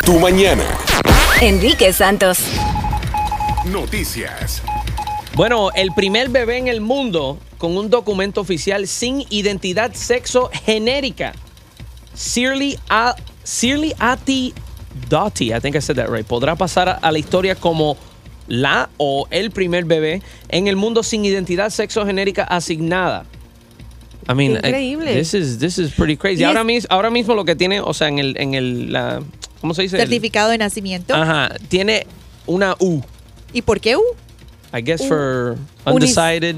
tu mañana. Enrique Santos. Noticias. Bueno, el primer bebé en el mundo con un documento oficial sin identidad sexo genérica. Shirley Ati Doughty, I think I said that right, podrá pasar a la historia como la o el primer bebé en el mundo sin identidad sexo genérica asignada. I mean, increíble. This is pretty crazy. Ahora mismo lo que tiene, o sea, ¿cómo se dice? Certificado de nacimiento. Ajá, tiene una U. ¿Y por qué U? I guess for undecided,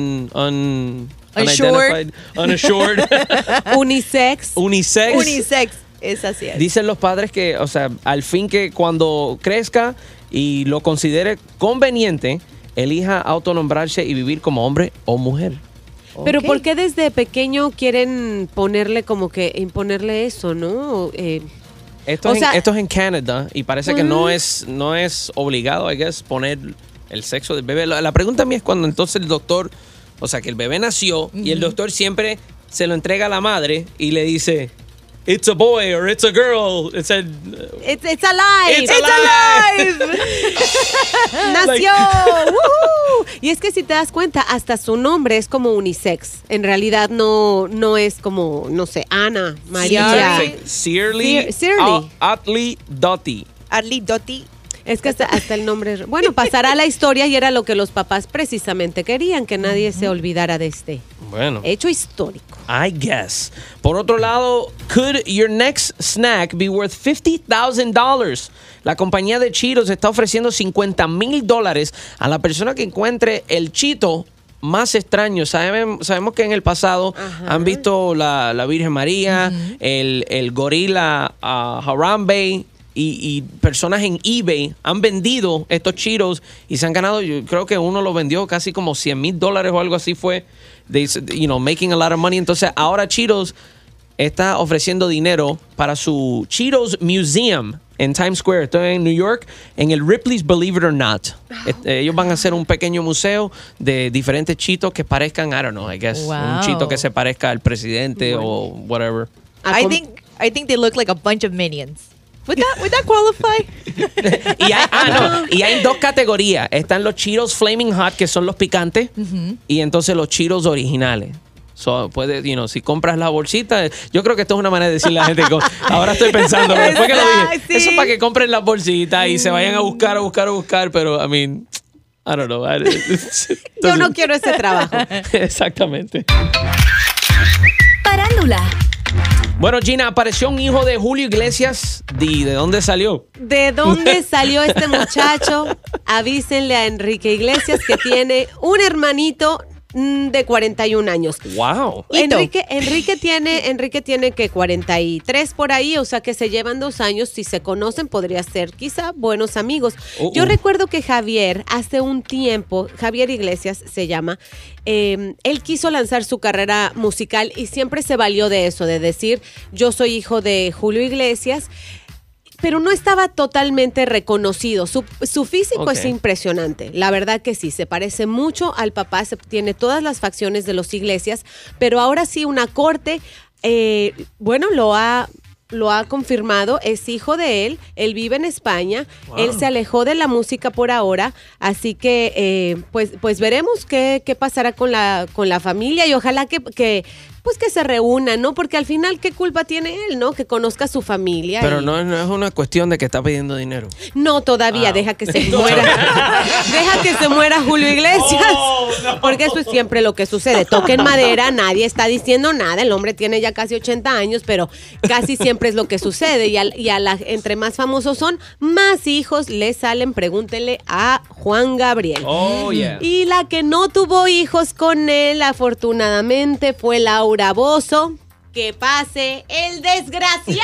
unidentified, unassured. Unisex. Unisex. Es así. Dicen los padres que, o sea, al fin que cuando crezca y lo considere conveniente, elija autonombrarse y vivir como hombre o mujer. Pero ¿por qué desde pequeño quieren ponerle como que imponerle eso, no? Esto es en Canadá y parece que no es obligado, I guess, poner el sexo del bebé. La pregunta mía es cuando entonces el doctor, o sea, que el bebé nació y el doctor siempre se lo entrega a la madre y le dice, it's a boy or it's a girl. It's alive. It's alive. Nació. ¡Woohoo! Y es que si te das cuenta, hasta su nombre es como unisex. En realidad no es como, no sé, Ana, María. Shirley Ati Doughty. Ati Doughty. Es que hasta el nombre... Bueno, pasará a la historia y era lo que los papás precisamente querían, que nadie se olvidara de este hecho histórico. I guess. Por otro lado, could your next snack be worth $50,000? La compañía de Cheetos está ofreciendo $50,000 a la persona que encuentre el Cheeto más extraño. Sabemos que en el pasado han visto la Virgen María, el gorila Harambe, y personas en eBay han vendido estos Cheetos y se han ganado, yo creo que uno lo vendió casi como $100,000 o algo así fue, making a lot of money. Entonces ahora Cheetos está ofreciendo dinero para su Cheetos Museum en Times Square. Estoy en New York, en el Ripley's Believe It or Not. Ellos van a hacer un pequeño museo de diferentes Cheetos que parezcan, I don't know, I guess, un Cheeto que se parezca al presidente o whatever. I think they look like a bunch of minions. Would that qualify? y hay dos categorías. Están los Cheetos Flaming Hot, que son los picantes, y entonces los Cheetos originales. So, si compras la bolsita, yo creo que esto es una manera de decirle a la gente que ahora estoy pensando, pero después que lo dije, eso es para que compren las bolsitas y se vayan a buscar, pero I mean, I don't know. Yo no quiero ese trabajo. Exactamente. Parándula. Bueno, Gina, apareció un hijo de Julio Iglesias. ¿De dónde salió? ¿De dónde salió este muchacho? Avísenle a Enrique Iglesias que tiene un hermanito de 41 años. Wow. Enrique tiene que 43 por ahí, o sea que se llevan 2 años. Si se conocen, podría ser quizá buenos amigos. Yo recuerdo que Javier, hace un tiempo, Javier Iglesias se llama, él quiso lanzar su carrera musical y siempre se valió de eso, de decir, yo soy hijo de Julio Iglesias, pero no estaba totalmente reconocido. Su físico es impresionante. La verdad que sí, se parece mucho al papá, tiene todas las facciones de los Iglesias, pero ahora sí una corte, lo ha confirmado, es hijo de él vive en España, él se alejó de la música por ahora, así que pues veremos qué pasará con la familia y ojalá que se reúnan, ¿no? Porque al final, ¿qué culpa tiene él, no? Que conozca a su familia. Pero no es una cuestión de que está pidiendo dinero. No, todavía, deja que se muera. Deja que se muera Julio Iglesias. No. Porque eso es siempre lo que sucede. Toquen madera, nadie está diciendo nada. El hombre tiene ya casi 80 años, pero casi siempre es lo que sucede. Entre más famosos son, más hijos le salen. Pregúntenle a Juan Gabriel. Oh, yeah. Y la que no tuvo hijos con él, afortunadamente, fue Laura Bozzo. ¡Que pase el desgraciado!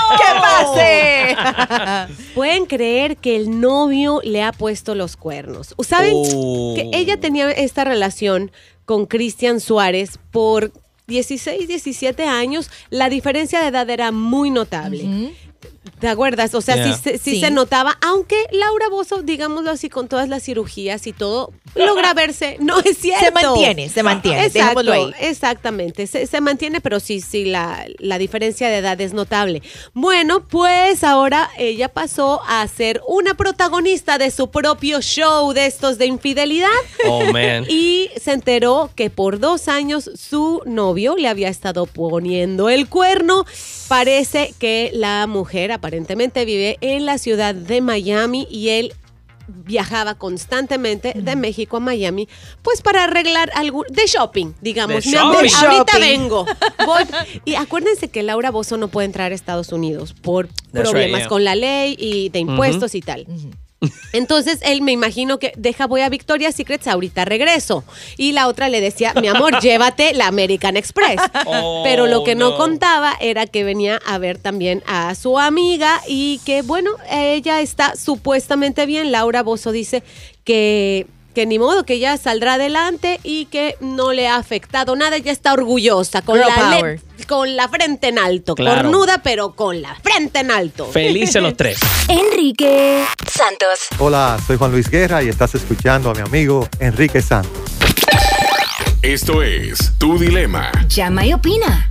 ¡Que pase! Pueden creer que el novio le ha puesto los cuernos. ¿Saben que ella tenía esta relación con Cristian Suárez por 16, 17 años? La diferencia de edad era muy notable. ¿Te acuerdas? O sea, Yeah. sí se notaba, aunque Laura Bozzo, digámoslo así, con todas las cirugías y todo, logra verse. No es cierto. Se mantiene. Exacto, Dejémoslo ahí. exactamente. Se mantiene, pero sí, la diferencia de edad es notable. Bueno, pues ahora ella pasó a ser una protagonista de su propio show de estos de infidelidad. Oh, man. Y se enteró que por 2 años su novio le había estado poniendo el cuerno. Parece que la mujer aparentemente vive en la ciudad de Miami y él viajaba constantemente de México a Miami, pues para arreglar algo de shopping, digamos. De Mi amor, shopping. ahorita Shopping. vengo. Y acuérdense que Laura Bozzo no puede entrar a Estados Unidos por That's problemas right, yeah. con la ley y de impuestos y tal. Entonces él me imagino que voy a Victoria's Secret, ahorita regreso. Y la otra le decía, mi amor, llévate la American Express. Oh, Pero lo que no no. contaba era que venía a ver también a su amiga y que bueno, ella está supuestamente bien. Laura Bozzo dice que ni modo, que ella saldrá adelante y que no le ha afectado nada. Ella está orgullosa, con Girl la power. con la frente en alto, Claro. cornuda, pero con la frente en alto. Felices los tres. Enrique Santos. Hola, soy Juan Luis Guerra y estás escuchando a mi amigo Enrique Santos. Esto es Tu Dilema. Llama y opina.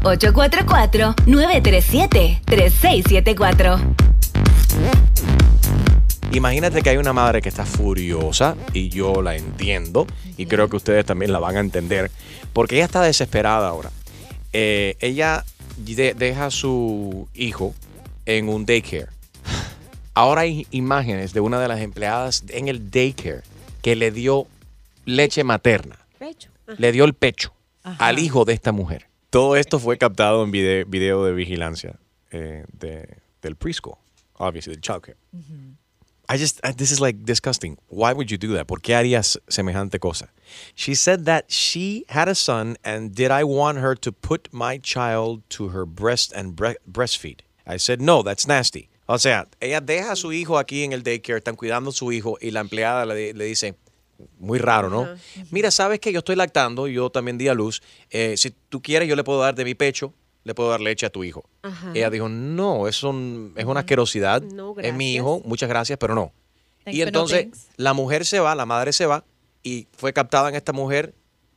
1-844-937-3674. Imagínate que hay una madre que está furiosa y yo la entiendo y creo que ustedes también la van a entender porque ella está desesperada ahora. Ella deja a su hijo en un daycare. Ahora hay imágenes de una de las empleadas en el daycare que le dio leche materna. Le dio el pecho al hijo de esta mujer. Todo esto fue captado en video de vigilancia del preschool, obviously, del childcare. This is like disgusting. Why would you do that? ¿Por qué harías semejante cosa? She said that she had a son and did I want her to put my child to her breast and breastfeed? I said, no, that's nasty. O sea, ella deja a su hijo aquí en el daycare, están cuidando a su hijo y la empleada le dice, muy raro, ¿no? Mira, sabes que yo estoy lactando, yo también di a luz. Si tú quieres, yo le puedo dar de mi pecho, le puedo dar leche a tu hijo. Ajá. Ella dijo, no, es una asquerosidad. No, es mi gracias. hijo, muchas gracias, pero no. Thanks, Y but no entonces thanks. la mujer se va, la madre se va y fue captada en esta mujer,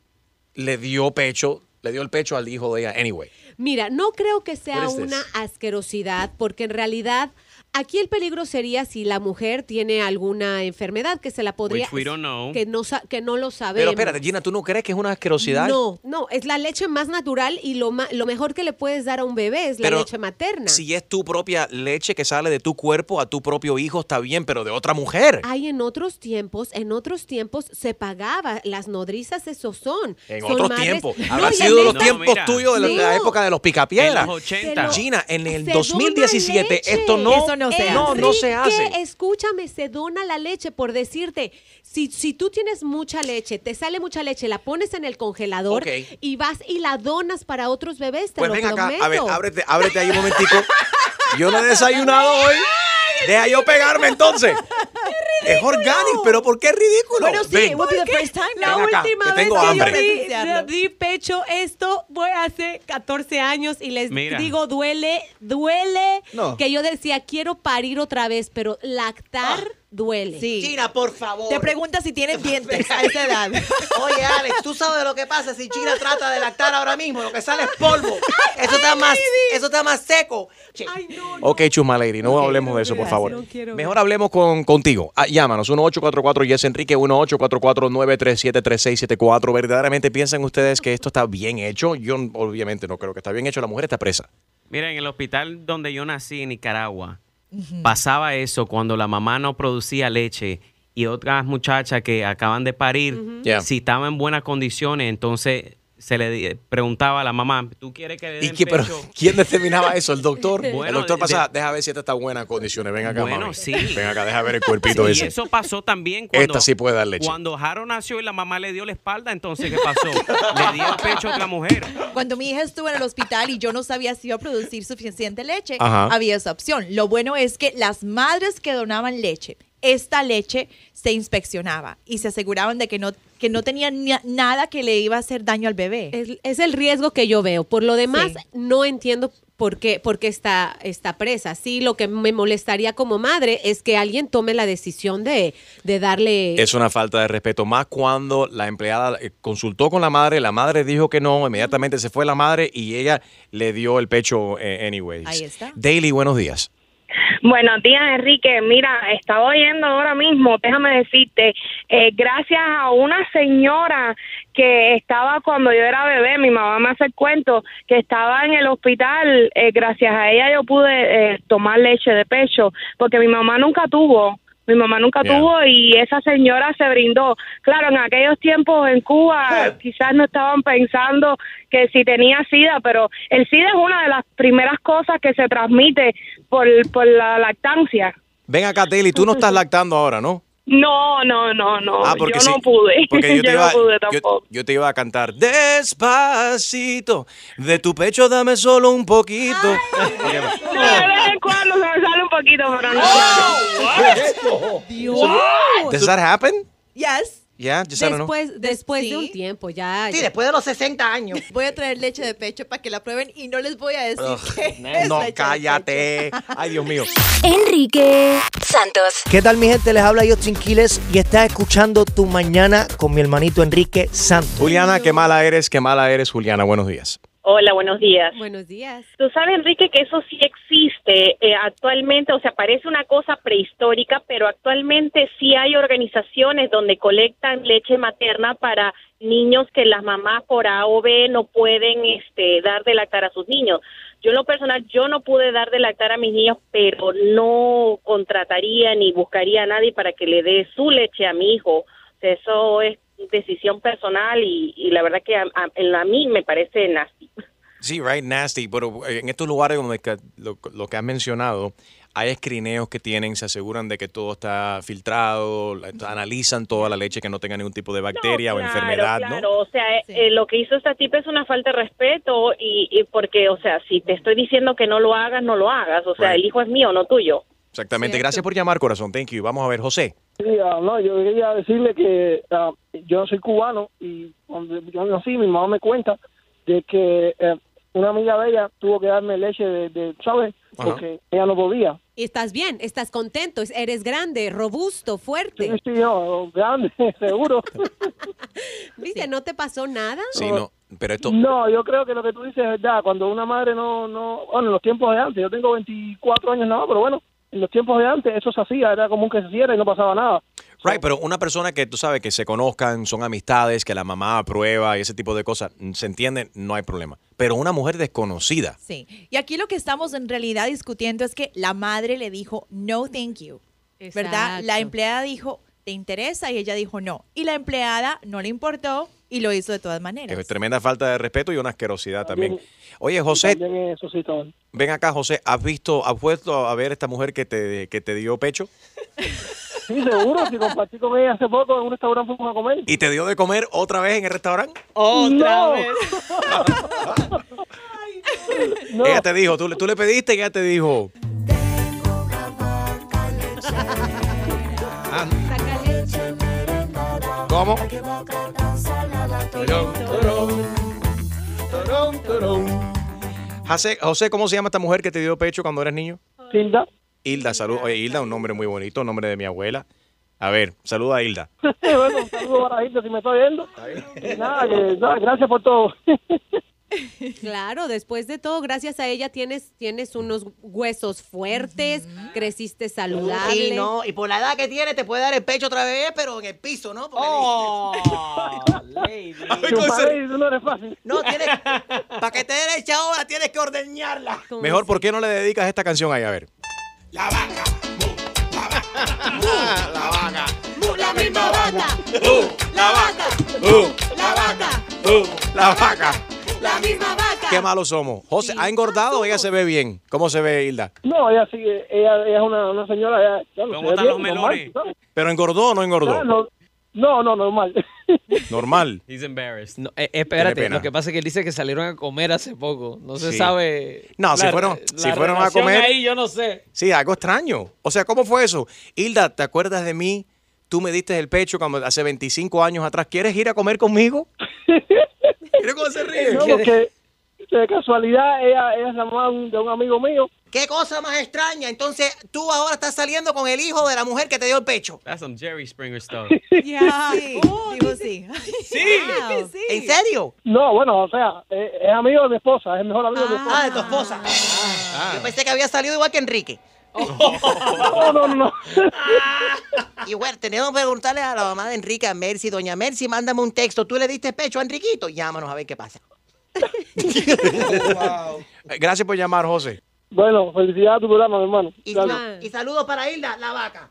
le dio el pecho al hijo de ella anyway. Mira, no creo que sea What is una this? asquerosidad, porque en realidad aquí el peligro sería si la mujer tiene alguna enfermedad que se la podría... Which we don't know. Que no lo sabemos. Pero espérate, Gina, ¿tú no crees que es una asquerosidad? No, es la leche más natural y lo mejor que le puedes dar a un bebé es la Pero leche materna. Si es tu propia leche que sale de tu cuerpo a tu propio hijo, está bien, pero de otra mujer. Hay en otros tiempos se pagaba, las nodrizas esos son. En Son otros madres- tiempos. No, Habrá y sido de los en No, tiempos mira. tuyos, de la No. época de los En picapiedras. los 80. Gina, en el Se 2017 dona leche. esto no, Eso no se hace. no se hace. Enrique, escúchame, se dona la leche por decirte, si tú tienes mucha leche, te sale mucha leche, la pones en el congelador Ok. y vas y la donas para otros bebés, te Pues lo ven acá, prometo. a ver, ábrete ahí un momentico. Yo no he desayunado hoy. Deja yo pegarme entonces. Es orgánico, pero ¿por qué es ridículo? Bueno, sí, Ven. it would be the first time. La Ven acá, última que vez tengo que hambre. yo Presenciarlo. di pecho, esto fue hace 14 años y les Mira. digo, duele No. que yo decía, quiero parir otra vez, pero lactar duele. Sí. China, por favor. Te pregunta si tienes dientes a esa edad. Oye, Alex, tú sabes de lo que pasa si China trata de lactar ahora mismo. Lo que sale es polvo. Eso está más seco. Ay, no, Ok, Chuma Lady, no hablemos de eso, por favor. no quiero Mejor hablemos contigo. Llámanos, 1-844-YES Enrique, 1-844-937-3674. ¿Verdaderamente piensan ustedes que esto está bien hecho? Yo obviamente no creo que está bien hecho. La mujer está presa. Mira, en el hospital donde yo nací, en Nicaragua, pasaba eso cuando la mamá no producía leche y otras muchachas que acaban de parir, Yeah. si estaban en buenas condiciones, entonces se le preguntaba a la mamá, ¿tú quieres que le den Pero pecho? ¿quién determinaba eso? ¿El doctor? Bueno, el doctor de- pasaba, deja ver si esta está en buenas condiciones. Ven acá, Bueno, mami. sí. Ven acá, deja ver el cuerpito Y ese. eso pasó también cuando, Esta sí puede dar leche. cuando Jaro nació y la mamá le dio la espalda, entonces ¿qué pasó? Le dio el pecho a otra mujer. Cuando mi hija estuvo en el hospital y yo no sabía si iba a producir suficiente leche, Ajá. había esa opción. Lo bueno es que las madres que donaban leche, esta leche se inspeccionaba y se aseguraban de que no tenía nada que le iba a hacer daño al bebé. Es el riesgo que yo veo. Por lo demás, Sí. no entiendo por qué está presa. Sí, lo que me molestaría como madre es que alguien tome la decisión de darle... Es una falta de respeto, más cuando la empleada consultó con la madre dijo que no, inmediatamente se fue la madre y ella le dio el pecho anyways. Ahí está. Daily, buenos días. Buenos días, Enrique. Mira, estaba oyendo ahora mismo, déjame decirte, gracias a una señora que estaba cuando yo era bebé, mi mamá me hace el cuento, que estaba en el hospital, gracias a ella yo pude tomar leche de pecho, porque mi mamá nunca tuvo. Y esa señora se brindó. Claro, en aquellos tiempos en Cuba quizás no estaban pensando que si tenía SIDA, pero el SIDA es una de las primeras cosas que se transmite por la lactancia. Ven acá, Daily, tú no estás lactando ahora, ¿no? No. Porque yo no pude. Porque yo no pude tampoco. yo te iba a cantar despacito, de tu pecho dame solo un poquito. De vez en cuando se me sale un poquito, pero no. Does that happen? Yes. Yeah, just I don't know. Después de Sí. un tiempo, ya. Sí, después de los 60 años. Voy a traer leche de pecho para que la prueben y no les voy a decir que es No, leche de cállate. Ay, Dios mío. Enrique Santos. ¿Qué tal, mi gente? Les habla Justin Quiles y estás escuchando Tu Mañana con mi hermanito Enrique Santos. Juliana, qué mala eres, Juliana. Buenos días. Hola, buenos días. Buenos días. Tú sabes, Enrique, que eso sí existe actualmente, o sea, parece una cosa prehistórica, pero actualmente sí hay organizaciones donde colectan leche materna para niños que las mamás por A o B no pueden dar de lactar a sus niños. Yo en lo personal, yo no pude dar de lactar a mis niños, pero no contrataría ni buscaría a nadie para que le dé su leche a mi hijo. O sea, eso es decisión personal y la verdad que a mí me parece nasty. Sí, right, nasty, pero en estos lugares donde lo que has mencionado, hay escrineos que se aseguran de que todo está filtrado, analizan toda la leche que no tenga ningún tipo de bacteria o enfermedad, ¿no? Claro, o sea, lo que hizo esta tipa es una falta de respeto y porque, o sea, si te estoy diciendo que no lo hagas, no lo hagas, o sea, Right. el hijo es mío, no tuyo. Exactamente. Gracias por llamar, corazón. Thank you. Vamos a ver, José. Sí, no, yo quería decirle que yo no soy cubano y cuando yo nací mi mamá me cuenta de que una amiga de ella tuvo que darme leche ¿sabes? Porque ella no podía. Y estás bien, estás contento, eres grande, robusto, fuerte. Sí, no, grande, seguro. ¿Viste? ¿No te pasó nada? Sí, no, pero esto... No, yo creo que lo que tú dices es verdad. Cuando una madre bueno, en los tiempos de antes, yo tengo 24 años nada más, pero bueno, en los tiempos de antes eso se hacía, era común que se hiciera y no pasaba nada. Right, pero una persona que tú sabes que se conozcan, son amistades, que la mamá aprueba y ese tipo de cosas, se entiende, no hay problema. Pero una mujer desconocida. Sí. Y aquí lo que estamos en realidad discutiendo es que la madre le dijo no thank you, ¿verdad? La empleada dijo ¿te interesa? Y ella dijo no. Y la empleada no le importó y lo hizo de todas maneras. Es tremenda falta de respeto y una asquerosidad también. Oye, José, ven acá, José, ¿has vuelto a ver esta mujer que te dio pecho? Sí, seguro, si compartí con ella hace poco en un restaurante fuimos a comer. ¿Y te dio de comer otra vez en el restaurante? ¡Otra vez! No. Ella te dijo, tú le pediste y ella te dijo... ¿Cómo? José, ¿cómo se llama esta mujer que te dio pecho cuando eras niño? Hilda. Hilda, salud. Oye, Hilda, un nombre muy bonito, un nombre de mi abuela. A ver, saluda a Hilda. Bueno, un saludo para Hilda si me está viendo. Y nada, gracias por todo. Claro, después de todo, gracias a ella tienes unos huesos fuertes, creciste saludable. Sí, no, y por la edad que tiene te puede dar el pecho otra vez, pero en el piso, ¿no? Porque lady. No eres fácil. No, tienes, para que te dé leche ahora tienes que ordeñarla. Mejor, ¿por qué no le dedicas esta canción ahí? A ver. La vaca, la vaca, la misma vaca, la vaca, la vaca, la vaca. La misma vaca. Qué malos somos. José, ¿ha engordado o ella se ve bien? ¿Cómo se ve, Hilda? No, ella sigue, ella es una señora. ¿Cómo están los melones? ¿Pero engordó o no engordó? No, normal. Normal. He's embarrassed. No, espérate, lo que pasa es que él dice que salieron a comer hace poco. No se Sí. sabe. No, si fueron a comer. Ahí, yo no sé. Sí, algo extraño. O sea, ¿cómo fue eso? Hilda, ¿te acuerdas de mí? Tú me diste el pecho cuando hace 25 años atrás. ¿Quieres ir a comer conmigo? Mira cómo se ríe. No, porque de casualidad, ella es la mamá de un amigo mío. Qué cosa más extraña. Entonces, tú ahora estás saliendo con el hijo de la mujer que te dio el pecho. That's some Jerry Springer stuff. Yeah. Digo sí. Sí. ¿En serio? No, bueno, o sea, es amigo de mi esposa, es el mejor amigo de mi esposa. Ah, de tu esposa. Yo pensé que había salido igual que Enrique. No. Y bueno, tenemos que preguntarle a la mamá de Enrique, a Mercy. Doña Mercy, mándame un texto. ¿Tú le diste pecho a Enriquito? Llámanos a ver qué pasa. Gracias por llamar, José. Bueno, felicidades a tu programa, mi hermano. Y saludos para Hilda, la vaca.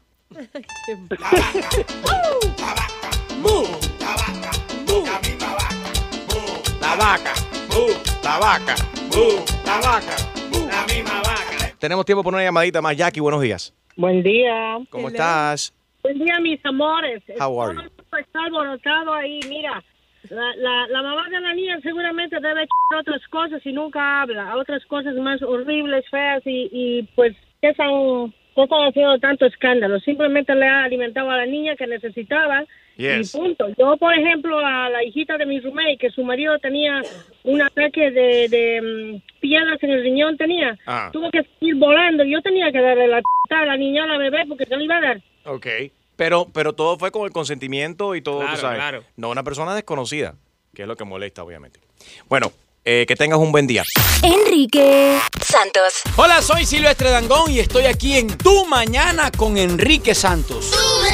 La vaca. La vaca. La vaca. La misma vaca. Tenemos tiempo por una llamadita más. Jackie, buenos días. Buen día. ¿Cómo estás? Buen día, mis amores. How are you? Está alborotado ahí, mira. La mamá de la niña seguramente debe echar otras cosas y nunca habla. Otras cosas más horribles, feas y pues, ¿qué están haciendo tanto escándalo? Simplemente le ha alimentado a la niña que necesitaba. Yes. Y punto. Yo, por ejemplo, a la hijita de mi roommate, que su marido tenía un ataque de piedras en el riñón, tuvo que ir volando. Yo tenía que darle la a la niña, a la bebé, porque se le iba a dar. Ok. Pero todo fue con el consentimiento y todo, Claro, tú sabes. claro. No una persona desconocida, que es lo que molesta, obviamente. Bueno, que tengas un buen día. Enrique Santos. Hola, soy Silvestre Dangond y estoy aquí en Tu Mañana con Enrique Santos.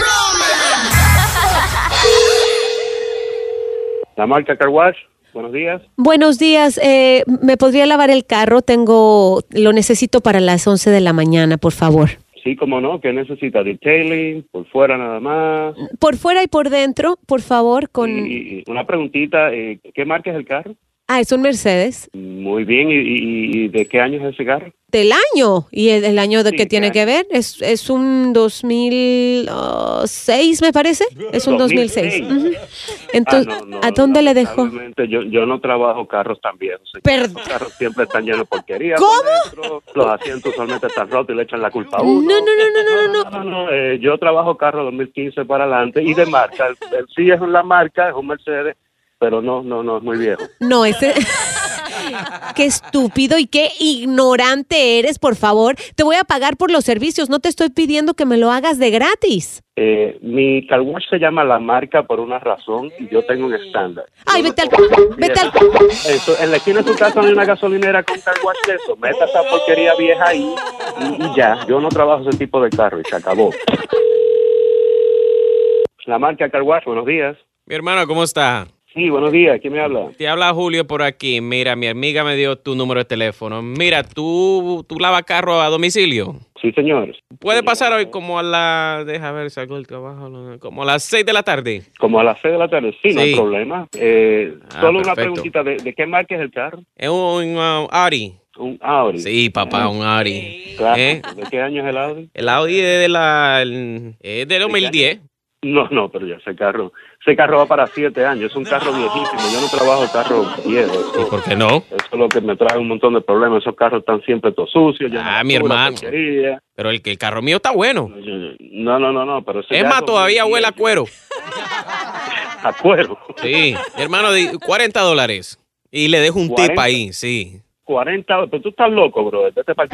La marca Car Wash, buenos días. Buenos días, ¿me podría lavar el carro? Lo necesito para las 11 de la mañana, por favor. Sí, cómo no, ¿qué necesita? Detailing, por fuera nada más. Por fuera y por dentro, por favor, Y una preguntita, ¿qué marca es el carro? es un Mercedes. Muy bien, ¿y de qué año es ese carro? Del año, y el año de Sí, que tiene que ver, es un 2006, me parece, es un 2006. Ujú. Entonces, ¿a dónde le dejó? Lamentablemente, yo no trabajo carros tan viejos. Perdón. Los carros siempre están llenos de porquería. ¿Cómo? por dentro, los asientos usualmente están rotos y le echan la culpa a uno. No, yo trabajo carro 2015 para adelante y de marca. El sí es la marca, es un Mercedes, pero no es muy viejo. No, ese... Qué estúpido y qué ignorante eres, por favor. Te voy a pagar por los servicios, no te estoy pidiendo que me lo hagas de gratis. Mi car wash se llama La Marca por una razón y yo tengo un estándar. Ay, vete al... Eso, en la esquina de tu casa hay una gasolinera con car wash de eso. Meta esa porquería vieja ahí y ya. Yo no trabajo ese tipo de carro y se acabó. La Marca Car Wash, buenos días. Mi hermano, ¿cómo está? Sí, buenos días. ¿Quién me habla? Te habla Julio por aquí. Mira, mi amiga me dio tu número de teléfono. Mira, ¿tú lavas carro a domicilio? Sí, señor. ¿Puede pasar hoy como a las... Deja ver, salgo del trabajo. Como a las 6 de la tarde. Como a las 6 de la tarde. Sí, no hay problema. Solo una perfecto. preguntita. ¿De qué marca es el carro? Es un Audi. Un Audi. Sí, papá, un Audi. Claro. ¿Eh? ¿De qué año es el Audi? El Audi es de 2010. No, pero ya ese carro va para 7 años. Es un carro viejísimo. Yo no trabajo carros viejos. ¿Y por qué no? Eso es lo que me trae un montón de problemas. Esos carros están siempre todos sucios. Mi hermano. Pero el carro mío está bueno. No. Pero ese Es más, carro todavía huele a cuero. ¿A cuero? Sí, mi hermano, $40. Y le dejo un tip ahí, sí. 40, pero tú estás loco, bro. Vete para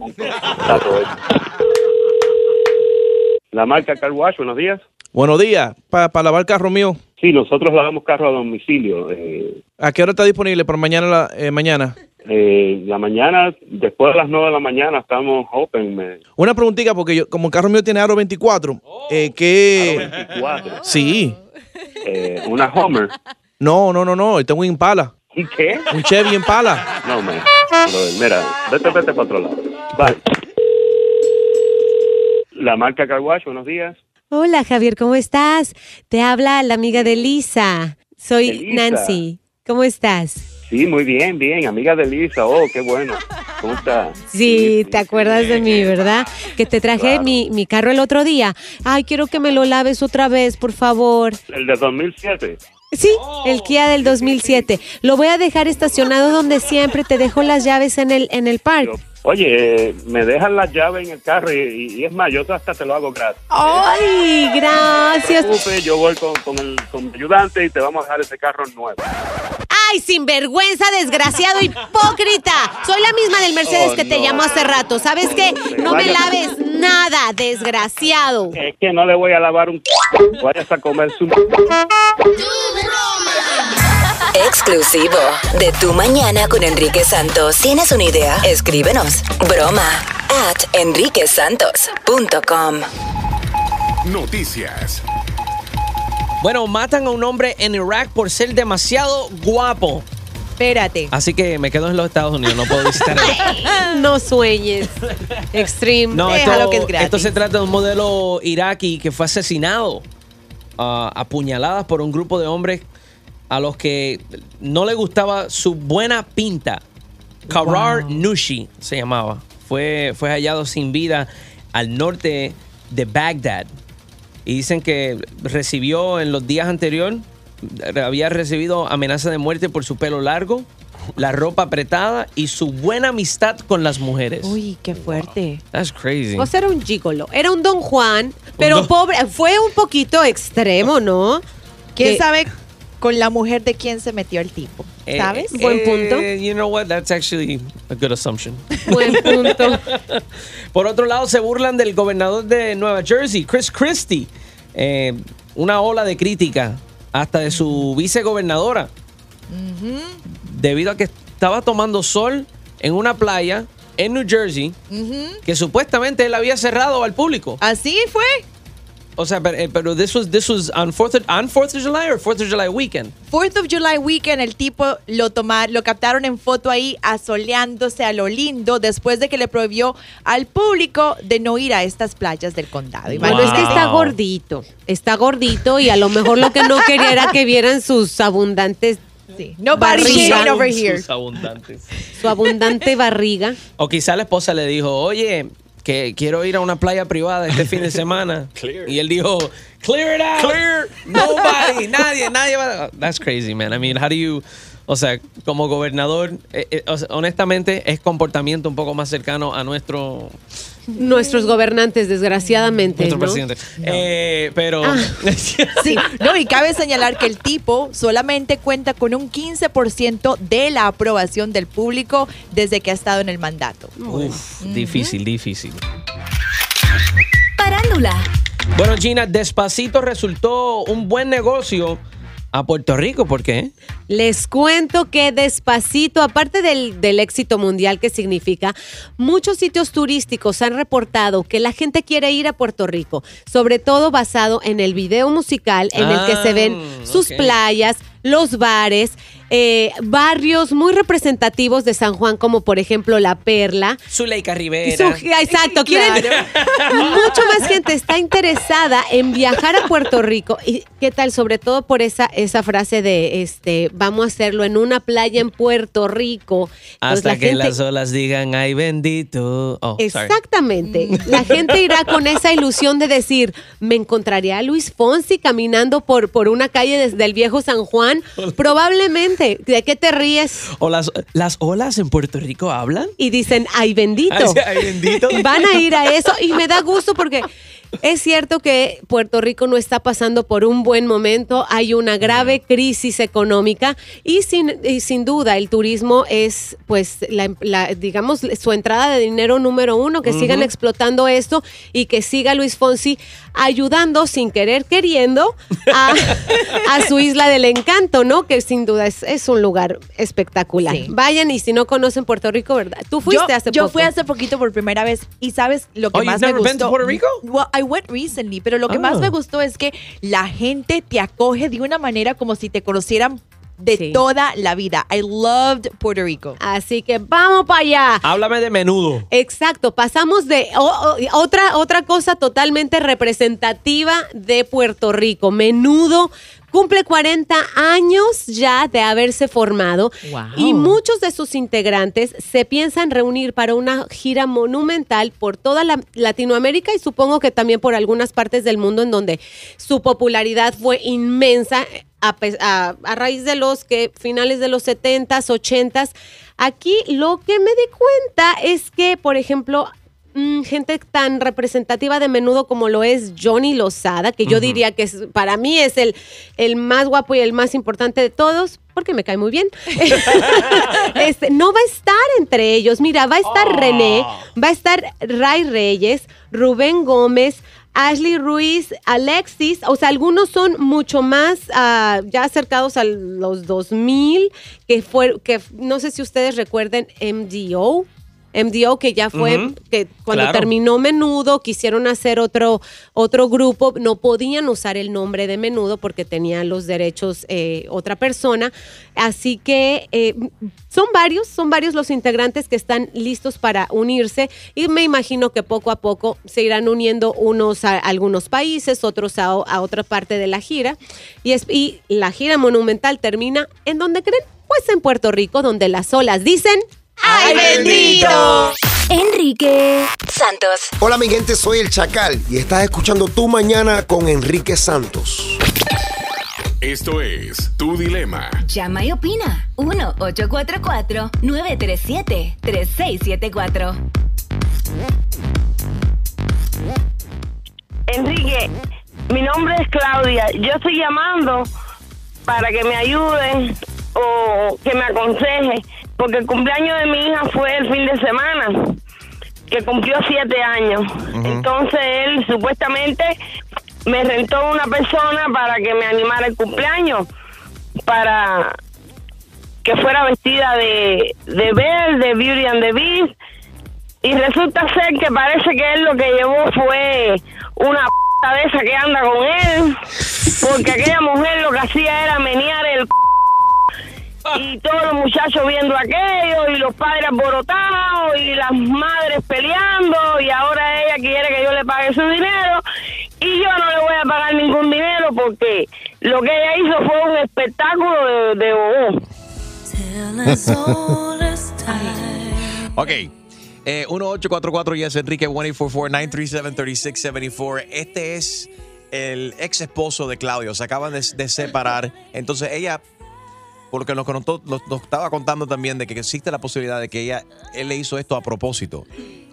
La Marca Car Wash, buenos días. Buenos días, para lavar el carro mío. Sí, nosotros lavamos carro a domicilio. ¿A qué hora está disponible? ¿Por mañana? Mañana. La mañana, después de las 9 de la mañana, estamos open. Una preguntita, porque yo, como el carro mío tiene aro 24, ¿qué? Aro 24. Sí. ¿Una Homer? No, tengo un Impala. ¿Un qué? Un Chevy Impala. No, man. Mira, vete para otro lado. Bye. La Marca Car Wash, buenos días. Hola, Javier, ¿cómo estás? Te habla la amiga de Lisa. Soy Elisa. Nancy. ¿Cómo estás? Sí, muy bien, amiga de Lisa. Oh, qué bueno. ¿Cómo estás? Sí, te acuerdas de mí, ¿verdad? Que te traje mi carro el otro día. Ay, quiero que me lo laves otra vez, por favor. ¿El de 2007? Sí, el Kia del 2007. Lo voy a dejar estacionado donde siempre. Te dejo las llaves en el parque. Oye, me dejan las llaves en el carro y es más, yo hasta te lo hago gratis. ¡Ay, gracias! No te preocupes, yo voy con mi ayudante y te vamos a dejar ese carro nuevo. Ay, sinvergüenza, desgraciado, hipócrita. Soy la misma del Mercedes que te llamó hace rato. ¿Sabes qué? No me laves nada, desgraciado. Es que no le voy a lavar un... Vayas a comer su... Exclusivo de Tu Mañana con Enrique Santos. ¿Tienes una idea? Escríbenos. broma@enriquesantos.com. Noticias. Bueno, matan a un hombre en Irak por ser demasiado guapo. Espérate. Así que me quedo en los Estados Unidos, no puedo visitar el... No sueñes. Extreme. No, Déjalo que es gratis. esto se trata de un modelo iraquí que fue asesinado a puñaladas por un grupo de hombres a los que no le gustaba su buena pinta. Qarar Nushi se llamaba. Fue hallado sin vida al norte de Bagdad. Y dicen que recibió en los días anteriores, había recibido amenaza de muerte por su pelo largo, la ropa apretada y su buena amistad con las mujeres. Uy, qué fuerte. Wow. That's crazy. O sea, era un gigolo. Era un Don Juan, pero pobre. Fue un poquito extremo, ¿no? ¿Quién sabe con la mujer de quién se metió el tipo? ¿Sabes? Buen punto. You know what? That's actually a good assumption. Buen punto. Por otro lado, se burlan del gobernador de Nueva Jersey, Chris Christie. Una ola de crítica hasta de su vicegobernadora. Debido a que estaba tomando sol en una playa en New Jersey que supuestamente él había cerrado al público. Así fue. O sea, pero this was on 4th of July or 4th of July weekend. 4th of July weekend, el tipo lo captaron en foto ahí asoleándose a lo lindo después de que le prohibió al público de no ir a estas playas del condado. Bueno, es que está gordito y a lo mejor lo que no quería era que vieran sus abundantes Nobody shaking over here. Sus abundantes. Su abundante barriga. O quizá la esposa le dijo, oye, que quiero ir a una playa privada este fin de semana. Y él dijo, clear it out. Clear. Nobody, nadie va. That's crazy, man. I mean, how do you... O sea, como gobernador, honestamente, es comportamiento un poco más cercano a nuestros gobernantes, desgraciadamente, nuestro ¿no? presidente. Pero... Sí, no, y cabe señalar que el tipo solamente cuenta con un 15% de la aprobación del público desde que ha estado en el mandato. Uf, difícil. Parándula. Bueno, Gina, Despacito resultó un buen negocio a Puerto Rico. ¿Por qué? Les cuento que Despacito, aparte del éxito mundial que significa, muchos sitios turísticos han reportado que la gente quiere ir a Puerto Rico, sobre todo basado en el video musical en el que se ven sus playas, los bares, barrios muy representativos de San Juan, como por ejemplo La Perla. Zuleika Rivera. Exacto. Mucho más gente está interesada en viajar a Puerto Rico. ¿Y qué tal? Sobre todo por esa frase de vamos a hacerlo en una playa en Puerto Rico. Hasta que las olas digan, ay bendito. Exactamente. La gente irá con esa ilusión de decir, me encontraría a Luis Fonsi caminando por una calle desde el viejo San Juan. Probablemente. ¿De qué te ríes? ¿O las olas en Puerto Rico hablan? Y dicen, ay bendito. Ay bendito. Van a ir a eso y me da gusto porque es cierto que Puerto Rico no está pasando por un buen momento. Hay una grave crisis económica y sin duda el turismo es, pues, digamos, su entrada de dinero número uno. Que sigan explotando esto y que siga Luis Fonsi ayudando sin querer queriendo a su Isla del Encanto, ¿no? Que sin duda es un lugar espectacular. Sí. Vayan, y si no conocen Puerto Rico, ¿verdad? Tú fuiste hace poco. Yo fui hace poquito por primera vez y ¿sabes lo que más me gustó? Been to Puerto Rico? Well, I went recently, pero lo que más me gustó es que la gente te acoge de una manera como si te conocieran de toda la vida. I loved Puerto Rico. Así que vamos para allá. Háblame de menudo. Exacto. Pasamos de otra cosa totalmente representativa de Puerto Rico. Menudo cumple 40 años ya de haberse formado. Wow. Y muchos de sus integrantes se piensan reunir para una gira monumental por toda Latinoamérica y supongo que también por algunas partes del mundo en donde su popularidad fue inmensa a raíz de los finales de los 70s, 80s. Aquí lo que me di cuenta es que, por ejemplo, gente tan representativa de Menudo como lo es Johnny Lozada, que yo diría que para mí es el más guapo y el más importante de todos, porque me cae muy bien. No va a estar entre ellos. Mira, va a estar René, va a estar Ray Reyes, Rubén Gómez, Ashley Ruiz, Alexis, o sea, algunos son mucho más ya acercados a los 2000, que no sé si ustedes recuerden MDO, que ya fue, que cuando terminó Menudo, quisieron hacer otro grupo, no podían usar el nombre de Menudo porque tenían los derechos otra persona, así que son varios los integrantes que están listos para unirse y me imagino que poco a poco se irán uniendo unos a algunos países, otros a otra parte de la gira y la gira monumental termina ¿en dónde creen? Pues en Puerto Rico, donde las olas dicen ¡ay, bendito! Enrique Santos. Hola, mi gente, soy El Chacal y estás escuchando Tu Mañana con Enrique Santos. Esto es Tu Dilema. Llama y opina. 1-844-937-3674. Enrique, mi nombre es Claudia. Yo estoy llamando para que me ayuden o que me aconseje, porque el cumpleaños de mi hija fue el fin de semana, que cumplió 7 años. Entonces él supuestamente me rentó una persona para que me animara el cumpleaños, para que fuera vestida de Belle, de Beauty and the Beast, y resulta ser que parece que él lo que llevó fue una p*** de esa que anda con él, porque aquella mujer lo que hacía era menear el y todos los muchachos viendo aquello y los padres alborotados y las madres peleando, y ahora ella quiere que yo le pague su dinero y yo no le voy a pagar ningún dinero porque lo que ella hizo fue un espectáculo de bobo. Ok. 1-844-YES Enrique 1-844-937-3674. Este es el ex esposo de Claudio. Se acaban de separar. Entonces ella, porque nos estaba contando también de que existe la posibilidad de que él le hizo esto a propósito.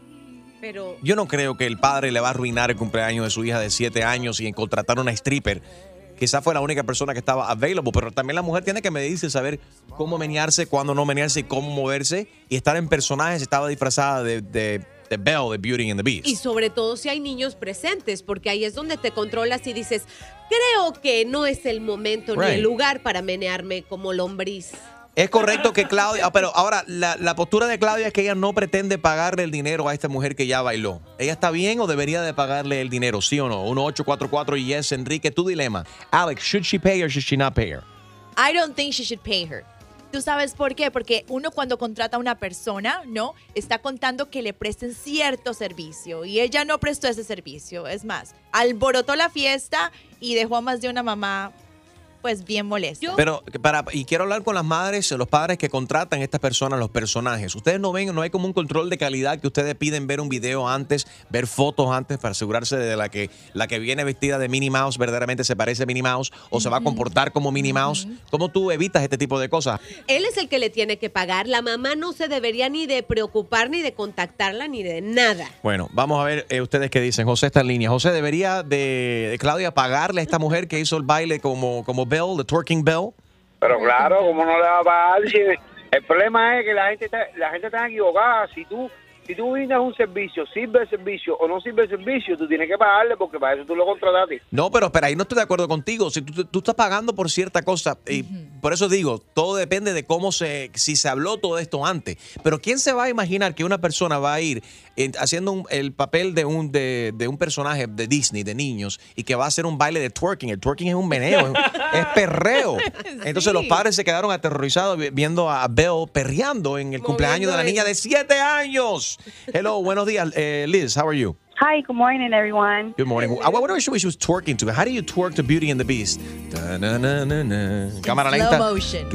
Pero yo no creo que el padre le va a arruinar el cumpleaños de su hija de 7 años y contratar una stripper. Quizás fue la única persona que estaba available, pero también la mujer tiene que medirse, saber cómo menearse, cuándo no menearse y cómo moverse y estar en personajes. Estaba disfrazada de Belle, de Beauty and the Beast. Y sobre todo si hay niños presentes, porque ahí es donde te controlas y dices, creo que no es el momento ni el lugar para menearme como lombriz. Es correcto que Claudia, pero ahora la postura de Claudia es que ella no pretende pagarle el dinero a esta mujer que ya bailó. ¿Ella está bien o debería de pagarle el dinero, sí o no? 1-844-YES Enrique, tu dilema. Alex, should she pay or should she not pay her? I don't think she should pay her. ¿Tú sabes por qué? Porque uno cuando contrata a una persona, ¿no? Está contando que le presten cierto servicio y ella no prestó ese servicio. Es más, alborotó la fiesta y dejó a más de una mamá pues bien molesta. Pero y quiero hablar con las madres, los padres que contratan a estas personas, los personajes. Ustedes no ven, no hay como un control de calidad que ustedes piden ver un video antes, ver fotos antes para asegurarse de la que viene vestida de Minnie Mouse verdaderamente se parece a Minnie Mouse o se va a comportar como Minnie Mouse. ¿Cómo tú evitas este tipo de cosas? Él es el que le tiene que pagar. La mamá no se debería ni de preocupar, ni de contactarla, ni de nada. Bueno, vamos a ver ustedes qué dicen. José está en línea. José, ¿debería de Claudia pagarle a esta mujer que hizo el baile como Belle, the twerking Belle? Pero claro, ¿cómo no le va a pagar? Si el problema es que la gente está equivocada. Si tú brindas un servicio, sirve el servicio o no sirve el servicio, tú tienes que pagarle porque para eso tú lo contrataste. No, pero espera, ahí no estoy de acuerdo contigo. Si tú estás pagando por cierta cosa, y por eso digo, todo depende de si se habló todo esto antes. Pero ¿quién se va a imaginar que una persona va a ir haciendo el papel de un personaje de Disney, de niños, y que va a hacer un baile de twerking? El twerking es un meneo, es perreo. Entonces los padres se quedaron aterrorizados viendo a Belle perreando en el cumpleaños de la niña de 7 años. Hello, buenos días, Liz. How are you? Hi, good morning, everyone. Good morning. I wonder what she was twerking to. How do you twerk to Beauty and the Beast? Cámara lenta. Slow motion.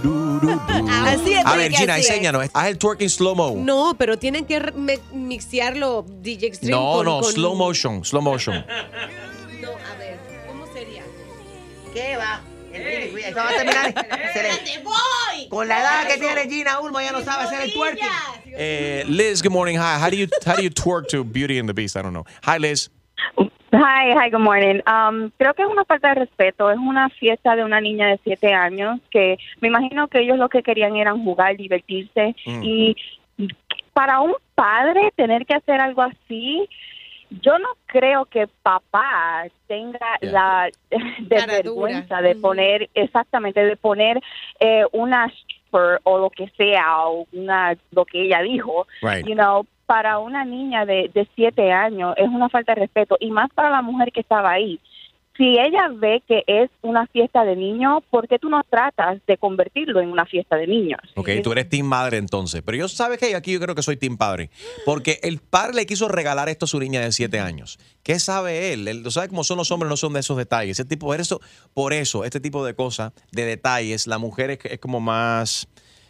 Así es. A ver, Gina, enséñanos. Haz el twerking slow-mo. No, pero tienen que mixearlo DJ Extreme No, slow motion. No, a ver, ¿cómo sería? ¿Qué va? Enrique, eso va a terminar. Con la edad que tiene Gina Ulmo, ya no sabe hacer el twerking. Liz, good morning. Hi. How do you twerk to Beauty and the Beast? I don't know. Hi, Liz. Hi, good morning. Creo que es una falta de respeto. Es una fiesta de una niña de 7 años que me imagino que ellos lo que querían era jugar, divertirse. Y para un padre tener que hacer algo así, yo no creo que papá tenga la vergüenza de poner, una stripper o lo que sea, o lo que ella dijo, Right. you know, para una niña de 7 años es una falta de respeto, y más para la mujer que estaba ahí. Si ella ve que es una fiesta de niños, ¿por qué tú no tratas de convertirlo en una fiesta de niños? Ok, tú eres team madre entonces. Pero ¿sabes qué? Aquí yo creo que soy team padre. Porque el padre le quiso regalar esto a su niña de 7 años. ¿Qué sabe él? Él sabe cómo son los hombres, no son de esos detalles. Por eso, este tipo de cosas, de detalles, la mujer es como más...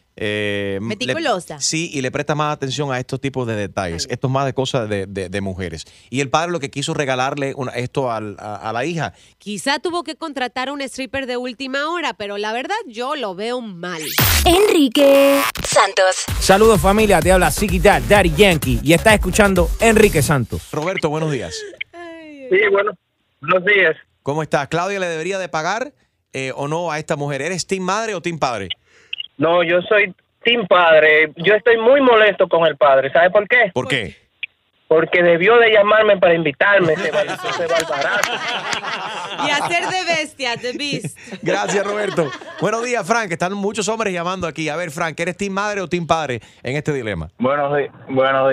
meticulosa. Sí, y le presta más atención a estos tipos de detalles. Esto es más de cosas de mujeres. Y el padre lo que quiso regalarle esto a la hija. Quizá tuvo que contratar a un stripper de última hora, pero la verdad yo lo veo mal. Enrique Santos. Saludos familia, te habla Ziggy Dad, Daddy Yankee, y estás escuchando Enrique Santos. Roberto, buenos días. Sí, buenos días. ¿Cómo estás? ¿Claudia le debería de pagar o no a esta mujer? ¿Eres team madre o team padre? No, yo soy team padre. Yo estoy muy molesto con el padre. ¿Sabe por qué? ¿Por qué? Porque debió de llamarme para invitarme. Se va barato. Y hacer de bestia, The Beast. Gracias, Roberto. Buenos días, Frank. Están muchos hombres llamando aquí. A ver, Frank, ¿eres team madre o team padre en este dilema? Buenos días. Buenos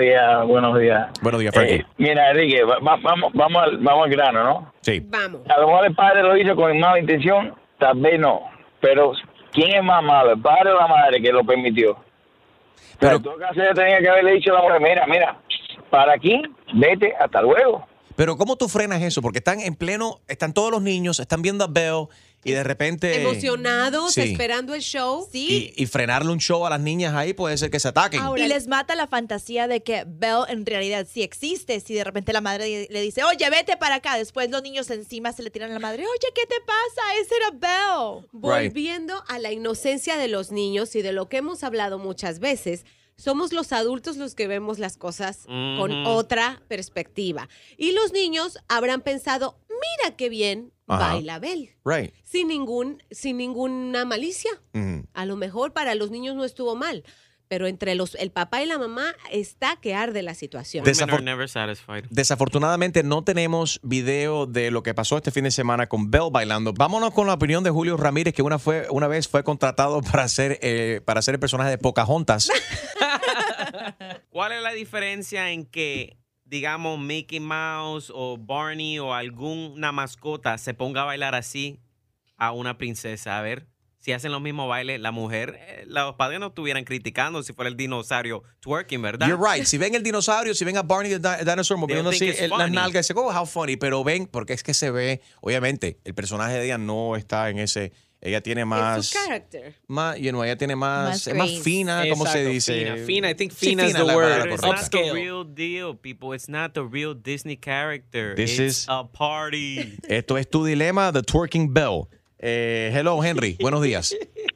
días, Frankie. Mira, Enrique, vamos al grano, ¿no? Sí. Vamos. A lo mejor el padre lo hizo con mala intención, tal vez no. Pero ¿quién es más malo, el padre o la madre que lo permitió? Pero en todo caso ella tenía que haberle dicho a la mujer, mira, para aquí, vete, hasta luego. Pero ¿cómo tú frenas eso? Porque están todos los niños, están viendo a Belle y de repente... Emocionados, Sí. esperando el show. Sí. Y frenarle un show a las niñas ahí puede ser que se ataquen. Y les mata la fantasía de que Belle en realidad sí existe. Si de repente la madre le dice, oye, vete para acá. Después los niños encima se le tiran a la madre, oye, ¿qué te pasa? Ese era Belle. Volviendo a la inocencia de los niños y de lo que hemos hablado muchas veces, somos los adultos los que vemos las cosas con otra perspectiva. Y los niños habrán pensado, mira qué bien baila Belle. Right. Sin ninguna malicia. A lo mejor para los niños no estuvo mal, pero entre el papá y la mamá está que arde la situación. Women are never satisfied. Desafortunadamente no tenemos video de lo que pasó este fin de semana con Belle bailando. Vámonos con la opinión de Julio Ramírez, que una vez fue contratado para ser el personaje de Pocahontas. ¿Cuál es la diferencia en que, digamos, Mickey Mouse o Barney o alguna mascota se ponga a bailar así a una princesa? A ver, si hacen los mismos bailes, la mujer, los padres no estuvieran criticando si fuera el dinosaurio twerking, ¿verdad? You're right. Si ven el dinosaurio, si ven a Barney the Dinosaur moviendo así las nalgas, dicen, oh, how funny. Pero ven, porque es que se ve, obviamente, el personaje de ella no está en ese... Ella tiene más... Es su carácter. Ella tiene más... Es más fina, ¿cómo se dice? Fina. I think fina is the word. It's not the real deal, people. It's not the real Disney character. It's a party. Esto es Tu Dilema, The Twerking Belle. Hello, Henry. Buenos días.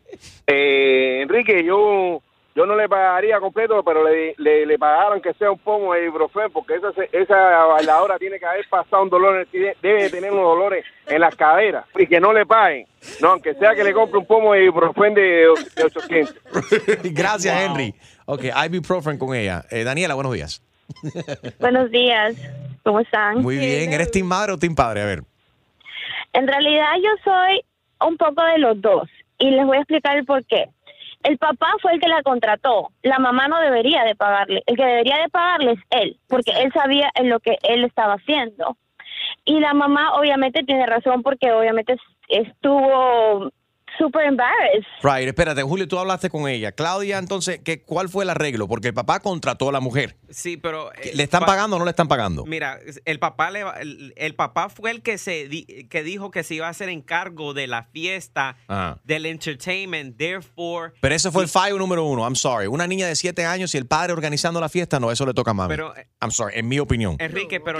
Enrique, yo no le pagaría completo, pero le pagaron que sea un pomo de ibuprofeno, porque esa bailadora tiene que haber pasado un dolor, debe tener unos dolores en las caderas, y que no le paguen. No, aunque sea que le compre un pomo de ibuprofeno de 800. Gracias, Henry. Ok, ibuprofen con ella. Daniela, buenos días. Buenos días, ¿cómo están? Muy bien. ¿Eres team madre o team padre? A ver. En realidad yo soy un poco de los dos, y les voy a explicar el por qué. El papá fue el que la contrató, la mamá no debería de pagarle, el que debería de pagarle es él, porque él sabía en lo que él estaba haciendo. Y la mamá obviamente tiene razón, porque obviamente estuvo super embarrassed. Right, espérate, Julio, tú hablaste con ella. Claudia, entonces, ¿cuál fue el arreglo? Porque el papá contrató a la mujer. Sí, pero... ¿Le están pagando o no le están pagando? Mira, el papá fue el que dijo que se iba a hacer encargo de la fiesta, del entertainment, therefore... Pero ese fue el fallo número 1, I'm sorry. Una niña de 7 años y el padre organizando la fiesta, no, eso le toca a mami. Pero, I'm sorry, en mi opinión. Enrique, pero...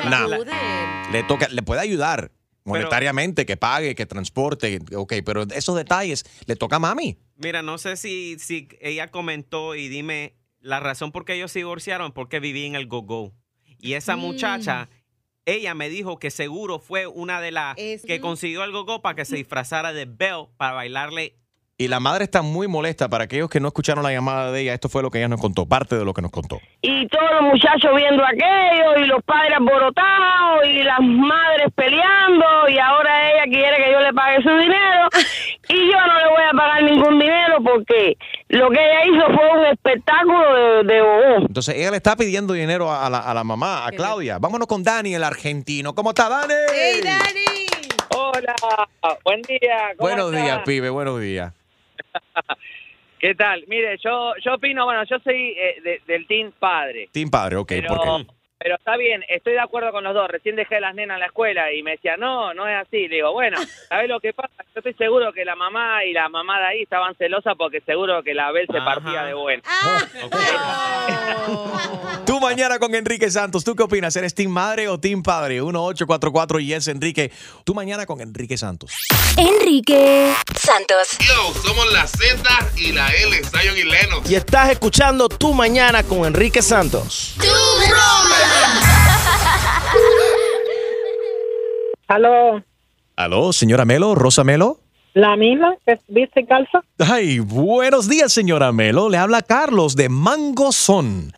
Le puede ayudar monetariamente, que pague, que transporte, ok, pero esos detalles le toca a mami. Mira, no sé si ella comentó y dime la razón por qué ellos se divorciaron es porque vivía en el go-go. Y esa muchacha, ella me dijo que seguro fue una de las que consiguió el go-go para que se disfrazara de Belle para bailarle. Y la madre está muy molesta. Para aquellos que no escucharon la llamada de ella, esto fue lo que ella nos contó, parte de lo que nos contó. Y todos los muchachos viendo aquello, y los padres alborotados, y las madres peleando, y ahora ella quiere que yo le pague su dinero, y yo no le voy a pagar ningún dinero porque lo que ella hizo fue un espectáculo de bobo. Entonces ella le está pidiendo dinero a la mamá, a Claudia. Vámonos con Dani, el argentino. ¿Cómo está, Dani? ¡Hey, Dani! Hola, buen día. Buenos días, pibe, buenos días. ¿Qué tal? Mire, yo opino, bueno, yo soy del team padre. Team padre, ok, pero, ¿por qué? Pero está bien, estoy de acuerdo con los dos. Recién dejé a las nenas en la escuela y me decía, no es así. Le digo, bueno, ¿sabés lo que pasa? Yo estoy seguro que la mamá y la mamá de ahí estaban celosas porque seguro que la Bel se partía de buena. Tú mañana con Enrique Santos, ¿tú qué opinas? ¿Eres team madre o team padre? 1844 y es Enrique. Tú mañana con Enrique Santos. Enrique Santos. Yo, somos la Z y la L, Zion y Lennox. Y estás escuchando Tu Mañana con Enrique Santos. ¿Aló? ¿Aló, señora Melo, Rosa Melo? ¿La misma que viste y calza? Ay, buenos días, señora Melo. Le habla Carlos de Mangozón.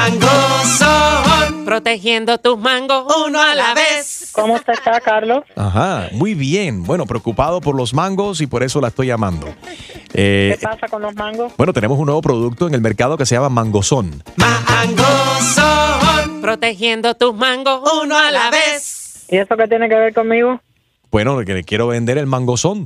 Mangozón, protegiendo tus mangos uno a la vez. ¿Cómo está, Carlos? Ajá, muy bien. Bueno, preocupado por los mangos y por eso la estoy llamando. ¿Qué pasa con los mangos? Bueno, tenemos un nuevo producto en el mercado que se llama Mangozón. Mangozón, protegiendo tus mangos uno a la vez. ¿Y eso qué tiene que ver conmigo? Bueno, que le quiero vender el Mangozón.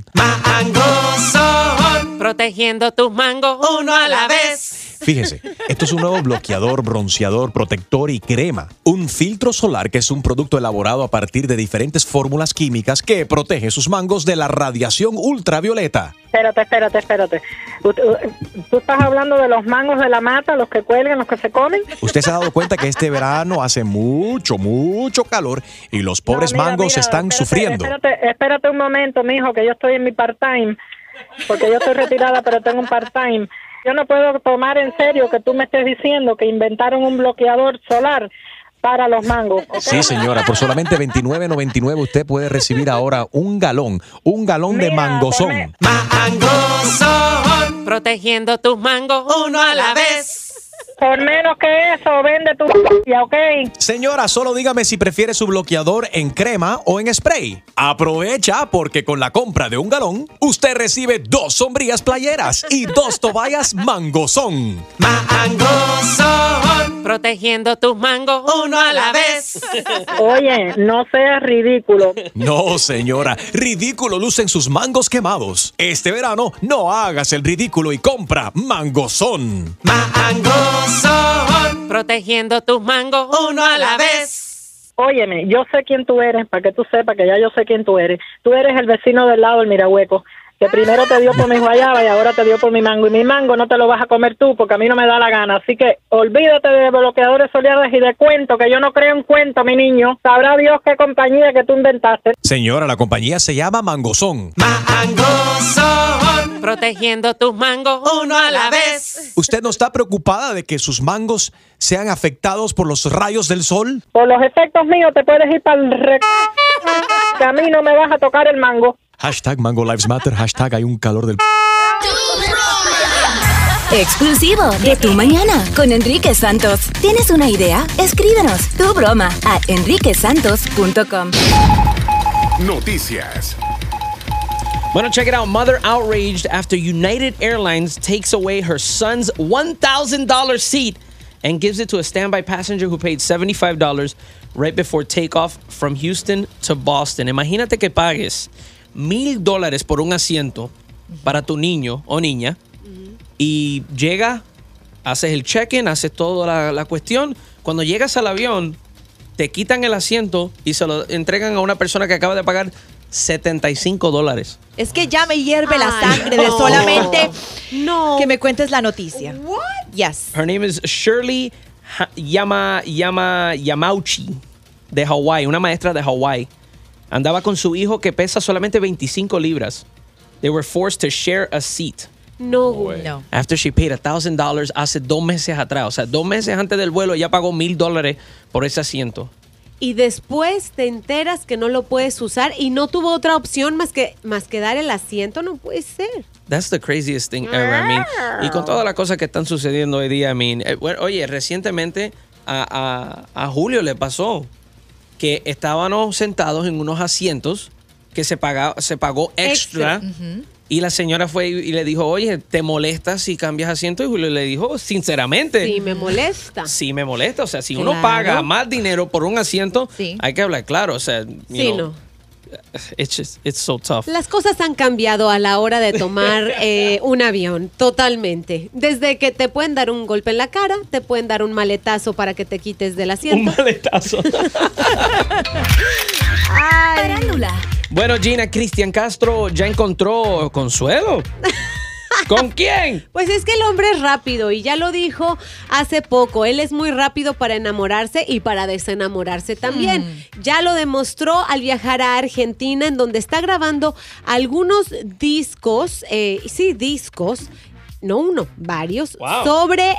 Mangozón, protegiendo tus mangos uno a la vez. Fíjese, esto es un nuevo bloqueador, bronceador, protector y crema. Un filtro solar que es un producto elaborado a partir de diferentes fórmulas químicas que protege sus mangos de la radiación ultravioleta. Espérate. ¿Tú estás hablando de los mangos de la mata, los que cuelgan, los que se comen? ¿Usted se ha dado cuenta que este verano hace mucho calor y los pobres mangos están sufriendo? Espérate un momento, mijo, que yo estoy en mi part-time, porque yo estoy retirada, pero tengo un part-time. Yo no puedo tomar en serio que tú me estés diciendo que inventaron un bloqueador solar para los mangos, ¿okay? Sí, señora, por solamente $29.99 usted puede recibir ahora un galón de Mangozón. Mangozón, protegiendo tus mangos uno a la vez. Por menos que eso, vende tu ¿ok? Señora, solo dígame si prefiere su bloqueador en crema o en spray. Aprovecha porque con la compra de un galón, usted recibe 2 sombrillas playeras y 2 toallas Mangozón. Mangozón, protegiendo tus mangos uno a la vez. Oye, no seas ridículo. No, señora, ridículo lucen sus mangos quemados. Este verano no hagas el ridículo y compra Mangozón. Mangozón, protegiendo tus mangos uno a la vez. Óyeme, yo sé quién tú eres, para que tú sepas que ya yo sé quién tú eres. Tú eres el vecino del lado, el mirahueco, que primero te dio por mi guayaba y ahora te dio por mi mango. Y mi mango no te lo vas a comer tú porque a mí no me da la gana. Así que olvídate de bloqueadores solares y de cuento, que yo no creo en cuento, mi niño. Sabrá Dios qué compañía que tú inventaste. Señora, la compañía se llama Mangozón. Mangozón, protegiendo tus mangos uno a la vez. ¿Usted no está preocupada de que sus mangos sean afectados por los rayos del sol? Por los efectos míos te puedes ir para el que a mí no me vas a tocar el mango. Hashtag Mango Lives Matter, hashtag hay un calor del... Exclusivo de Tu Mañana con Enrique Santos. ¿Tienes una idea? Escríbenos tu broma a enriquesantos.com. Noticias. Bueno, check it out. Mother outraged after United Airlines takes away her son's $1,000 seat and gives it to a standby passenger who paid $75 right before takeoff from Houston to Boston. Imagínate que pagues $1,000 por un asiento para tu niño o niña y llega, haces el check-in, haces toda la cuestión. Cuando llegas al avión, te quitan el asiento y se lo entregan a una persona que acaba de pagar $75. Es que ya me hierve la sangre de solamente que me cuentes la noticia. What? Yes. Her name is Shirley Yamauchi de Hawái, una maestra de Hawái. Andaba con su hijo que pesa solamente 25 libras. They were forced to share a seat. No, güey. No. After she paid $1,000 hace 2 meses atrás. O sea, 2 meses antes del vuelo ella pagó $1,000 por ese asiento. Y después te enteras que no lo puedes usar y no tuvo otra opción más que dar el asiento. No puede ser. That's the craziest thing ever. I mean, y con todas las cosas que están sucediendo hoy día, I mean, bueno, oye, recientemente a Julio le pasó que estábamos sentados en unos asientos que se pagó extra. Y la señora fue y le dijo, oye, ¿te molesta si cambias asiento? Y Julio le dijo, sinceramente. Sí, me molesta. Sí, me molesta. O sea, si Claro. uno paga más dinero por un asiento, hay que hablar claro. O sea, Sí, no. It's so tough. Las cosas han cambiado a la hora de tomar un avión, totalmente. Desde que te pueden dar un golpe en la cara, te pueden dar un maletazo para que te quites del asiento. Un maletazo. Parándula. Bueno, Gina, Cristian Castro ya encontró consuelo. ¿Con quién? Pues es que el hombre es rápido y ya lo dijo hace poco. Él es muy rápido para enamorarse y para desenamorarse también. Ya lo demostró al viajar a Argentina, en donde está grabando algunos discos, no uno, varios, Wow. sobre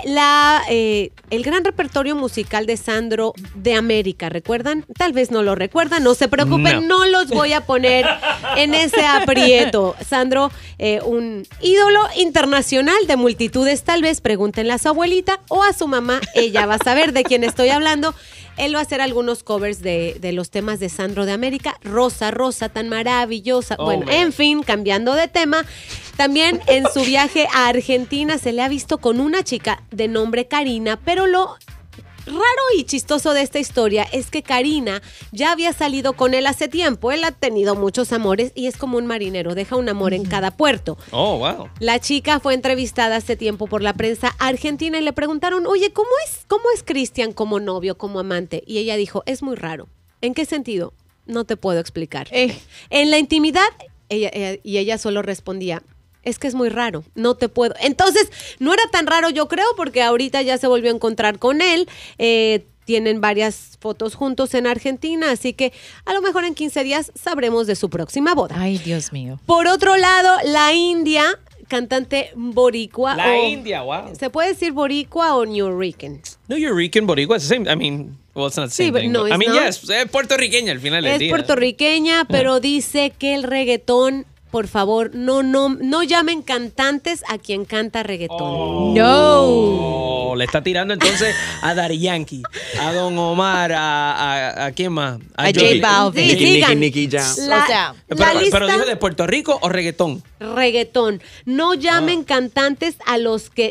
el gran repertorio musical de Sandro de América. ¿Recuerdan? Tal vez no lo recuerdan, no se preocupen, no los voy a poner en ese aprieto. Sandro, un ídolo internacional de multitudes, tal vez pregúntenle a su abuelita o a su mamá, ella va a saber de quién estoy hablando. Él va a hacer algunos covers de los temas de Sandro de América. Rosa, Rosa, tan maravillosa. Oh, bueno, man. en fin, cambiando de tema. También en su viaje a Argentina se le ha visto con una chica de nombre Karina, pero lo raro y chistoso de esta historia es que Karina ya había salido con él hace tiempo. Él ha tenido muchos amores y es como un marinero, deja un amor en cada puerto. Oh, wow. La chica fue entrevistada hace tiempo por la prensa argentina y le preguntaron, oye, ¿cómo es Cristian como novio, como amante? Y ella dijo, es muy raro. ¿En qué sentido? No te puedo explicar. En la intimidad, ella solo respondía, es que es muy raro, no te puedo. Entonces, no era tan raro, yo creo, porque ahorita ya se volvió a encontrar con él. Tienen varias fotos juntos en Argentina, así que a lo mejor en 15 días sabremos de su próxima boda. Ay, Dios mío. Por otro lado, la India, cantante boricua. India, wow. ¿Se puede decir boricua o nuyorican? Nuyorican, boricua, it's the same. I mean, well, it's not the same Sí, but thing. no, I it's mean, not. yes, es puertorriqueña al final del Es día. puertorriqueña, pero dice que el reggaetón, por favor, no llamen cantantes a quien canta reggaetón. No. Le está tirando entonces a Daddy Yankee, a Don Omar, a ¿quién más? A J Balvin. Sí, sigan. Nicky Jam. Pero dijo de Puerto Rico o reggaetón. Reggaetón. No llamen cantantes a los que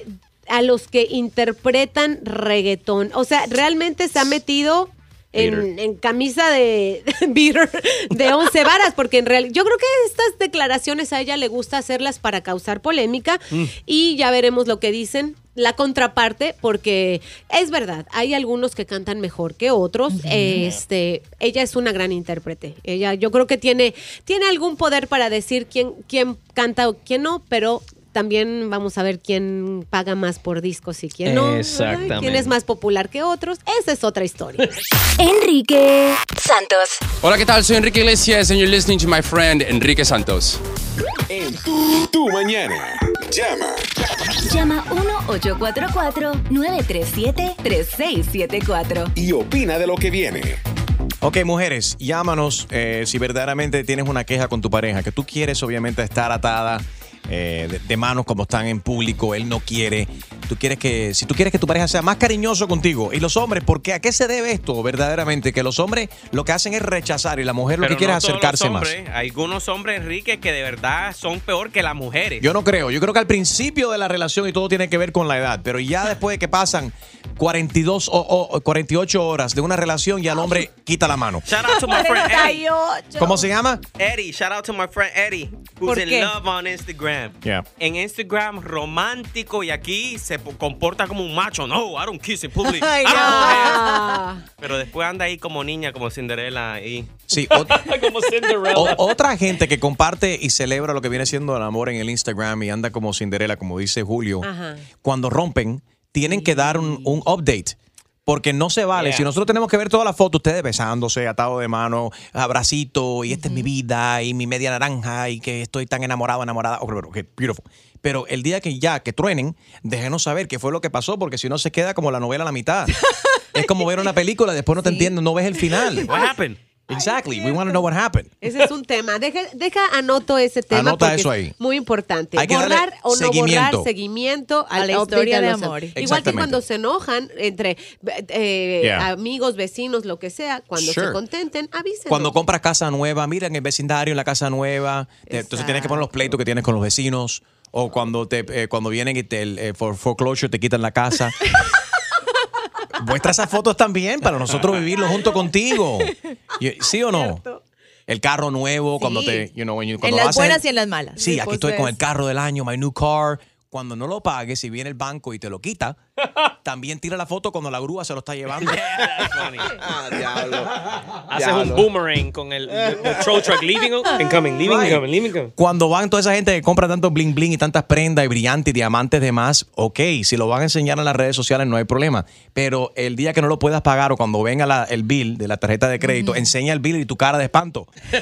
interpretan reggaetón. O sea, realmente se ha metido en camisa de beater de 11 varas, porque en realidad yo creo que estas declaraciones a ella le gusta hacerlas para causar polémica y ya veremos lo que dicen la contraparte, porque es verdad, hay algunos que cantan mejor que otros. Ella es una gran intérprete. Ella, yo creo que tiene algún poder para decir quién canta o quién no, pero también vamos a ver quién paga más por discos y quién no. Exactamente. Quién es más popular que otros. Esa es otra historia. Enrique Santos. Hola, ¿qué tal? Soy Enrique Iglesias and you're listening to my friend Enrique Santos. En tu mañana. Llama. Llama 1-844-937-3674. Y opina de lo que viene. Ok, mujeres, llámanos si verdaderamente tienes una queja con tu pareja, que tú quieres obviamente estar atada de manos como están en público, él no quiere. Si tú quieres que tu pareja sea más cariñoso contigo. Y los hombres, ¿por qué? ¿A qué se debe esto verdaderamente? Que los hombres lo que hacen es rechazar y la mujer lo Pero que quiere no es todos acercarse los más. hombres. Hay algunos hombres, Enrique, que de verdad son peor que las mujeres. Yo no creo. Yo creo que al principio de la relación y todo tiene que ver con la edad, pero ya después de que pasan 42 o 48 horas de una relación, ya el hombre quita la mano. Shout out to my friend Eddie. ¿Cómo se llama? Eddie. Shout out to my friend Eddie, who's ¿Por in qué? love on Instagram. Yeah. En Instagram, romántico, y aquí se comporta como un macho. No, I don't kiss it, public. Ay, I don't no. dance. Pero después anda ahí como niña, como Cinderella. Y... Sí, como Cinderella. Otra gente que comparte y celebra lo que viene siendo el amor en el Instagram y anda como Cinderella, como dice Julio, Ajá. cuando rompen, tienen que dar un update. Porque no se vale. Yeah. Si nosotros tenemos que ver todas las fotos, ustedes besándose, atados de mano, abracito, y esta es mi vida, y mi media naranja, y que estoy tan enamorada. Okay, beautiful. Pero el día que truenen, déjenos saber qué fue lo que pasó, porque si no se queda como la novela a la mitad. Es como ver una película, después no te entiendes, no ves el final. What happened? Exactly. We want to know what happened. Ese es un tema. Deja anoto ese tema. Anota porque eso es ahí. muy importante. Hay que darle borrar o no seguimiento. borrar seguimiento A la update historia de los- amor. Igual que Exactamente. cuando se enojan entre Yeah. amigos, vecinos, lo que sea, cuando Sure. se contenten, avísenos. Cuando compras casa nueva, mira en el vecindario, en la casa nueva, entonces tienes que poner los pleitos que tienes con los vecinos, o cuando cuando vienen y el foreclosure te quitan la casa. Muestra esas fotos también para nosotros vivirlo junto contigo. ¿Sí o no? El carro nuevo, cuando te, cuando En lo las haces- buenas y en las malas. Sí, aquí pues estoy con es. el carro del año, my new car. Cuando no lo pagues, si viene el banco y te lo quita, también tira la foto cuando la grúa se lo está llevando. Haces un boomerang con el troll truck, leaving and coming, leaving and coming, leaving and coming. Cuando van toda esa gente que compra tanto bling bling y tantas prendas y brillantes y diamantes de más, ok, si lo van a enseñar en las redes sociales no hay problema. Pero el día que no lo puedas pagar o cuando venga el bill de la tarjeta de crédito, enseña el bill y tu cara de espanto.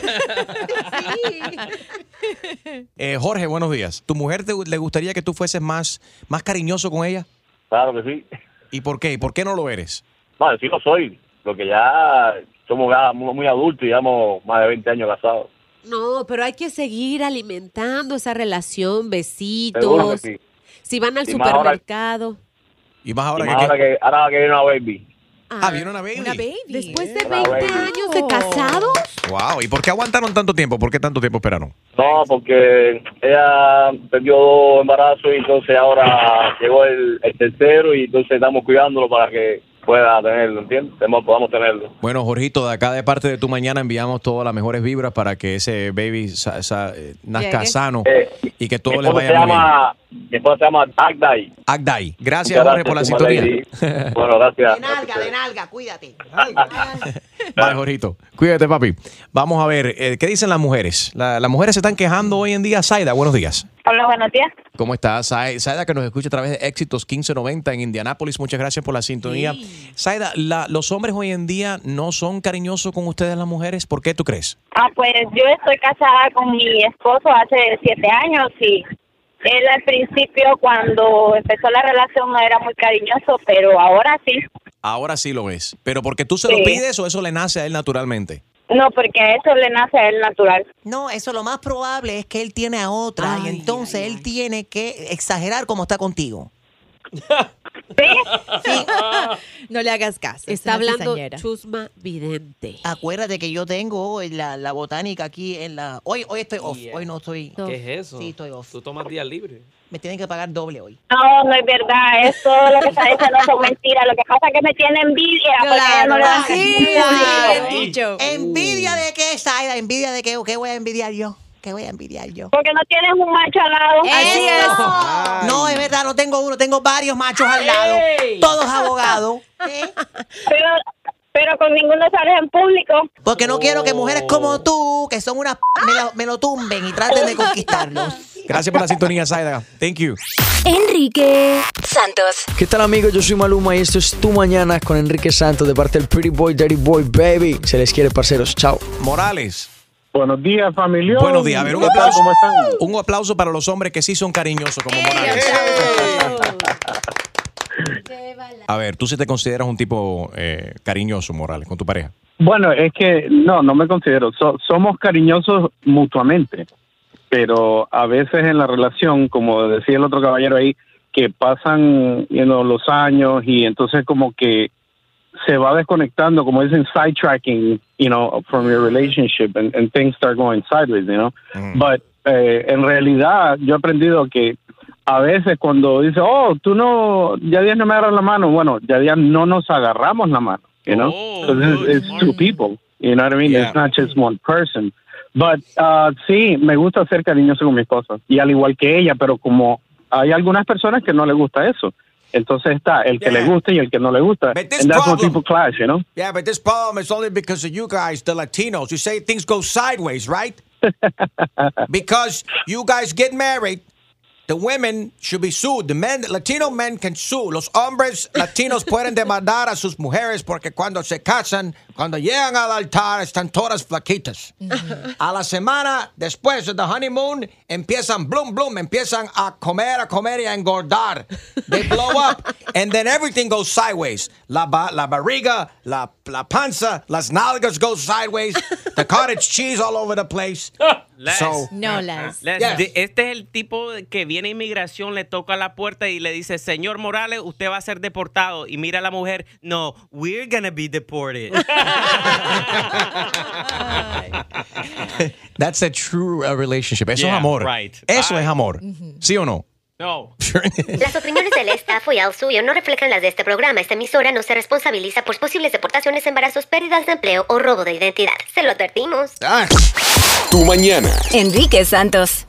Jorge, buenos días. ¿Tu mujer le gustaría que tú fueses más cariñoso con ella? Claro que sí. ¿Y por qué? ¿Y por qué no lo eres? Bueno, sí lo soy. Lo que ya somos ya muy adultos y llevamos más de 20 años casados. No, pero hay que seguir alimentando esa relación, Seguro que besitos. sí. Si van al Y más ahora- supermercado. Y más ahora Y más ahora que viene una baby. viene una baby. Una baby. Después de Una 20 baby. años de casados. Wow, ¿y por qué aguantaron tanto tiempo? ¿Por qué tanto tiempo esperaron? No, porque ella perdió 2 embarazos y entonces ahora llegó el tercero y entonces estamos cuidándolo para que pueda tenerlo, ¿entiendes? Podamos tenerlo. Bueno, Jorgito, de acá de parte de Tu Mañana enviamos todas las mejores vibras para que ese baby nazca Llegue. sano y que todo Mi le esposa vaya muy bien. Mi esposa se llama Agdai. Agdai. Gracias, Muchas Jorge, por la gracias, sintonía. lady. Bueno, gracias. De nalga, cuídate. Vale, Jorgito. Cuídate, papi. Vamos a ver, ¿qué dicen las mujeres? Las mujeres se están quejando hoy en día. Zaida, buenos días. Hola, buenos días. ¿Cómo estás? Zaida, que nos escucha a través de Éxitos 1590 en Indianápolis. Muchas gracias por la sintonía. Zaida, ¿los hombres hoy en día no son cariñosos con ustedes, las mujeres? ¿Por qué tú crees? Pues yo estoy casada con mi esposo hace 7 años y él al principio cuando empezó la relación no era muy cariñoso, pero ahora sí. Ahora sí lo es. ¿Pero porque tú se lo Sí. pides o eso le nace a él naturalmente? No, porque a eso le nace a él natural. No, eso lo más probable es que él tiene a otra y entonces él tiene que exagerar como está contigo. No le hagas caso. es Está una hablando cizañera. Chusma Vidente. Acuérdate que yo tengo la botánica aquí en la... Hoy estoy off, hoy no estoy... ¿Qué es eso? Sí, estoy off. Tú tomas días libres. Me tienen que pagar doble hoy. No, no es verdad. Eso lo que está diciendo son mentiras. Lo que pasa es que me tiene envidia porque a ella no le dan Claro. ¿Envidia de qué, Zaida? ¿Envidia de qué? ¿Qué voy a envidiar yo? ¿Qué voy a envidiar yo? Porque no tienes un macho al lado. Así es. No, es verdad, no tengo uno, tengo varios machos al lado. Todos abogados. Pero con ninguno sales en público. Porque no quiero que mujeres como tú, que son unas me lo tumben y traten de conquistarlos. Gracias por la sintonía, Zaida. Thank you. Enrique Santos. ¿Qué tal, amigos? Yo soy Maluma y esto es Tu Mañana con Enrique Santos de parte del Pretty Boy, Dirty Boy, Baby. Se les quiere, parceros. Chao. Morales. Buenos días, familia. Buenos días. A ver, un ¿Qué tal? aplauso. ¿Cómo están? Un aplauso para los hombres que sí son cariñosos como Morales. A ver, ¿tú sí te consideras un tipo cariñoso, Morales, con tu pareja? Bueno, es que no me considero. Somos cariñosos mutuamente, pero a veces en la relación, como decía el otro caballero ahí, que pasan los años y entonces como que se va desconectando, como dicen, sidetracking, from your relationship and things start going sideways, But en realidad yo he aprendido que a veces cuando dice, ya días no me agarras la mano, bueno, ya días no nos agarramos la mano, Because it's two people, you know what I mean? Yeah. It's not just one person. But sí, me gusta ser cariñoso con mi esposa, y al igual que ella, pero como hay algunas personas que no les gusta eso, entonces está el que le gusta y el que no le gusta, But this and that's when problem- people clash, Yeah, but this problem is only because of you guys, the Latinos. You say things go sideways, right? Because you guys get married the women should be sued. The men, Latino men can sue. Los hombres latinos pueden demandar a sus mujeres porque cuando se casan, cuando llegan al altar, están todas flaquitas. A la semana después de the honeymoon, empiezan empiezan a comer y a engordar. They blow up, and then everything goes sideways. La barriga, la panza, las nalgas go sideways. The cottage cheese all over the place. Les, Yes. Este es el tipo que viene a inmigración, le toca la puerta y le dice, señor Morales, usted va a ser deportado. Y mira a la mujer, no, we're gonna be deported. That's a true relationship. Eso Yeah, es amor. right. Eso es amor. ¿Sí o no? No. Las opiniones del staff y Suyo no reflejan las de este programa. Esta emisora no se responsabiliza por posibles deportaciones, embarazos, pérdidas de empleo o robo de identidad. Se lo advertimos. Tu mañana. Enrique Santos.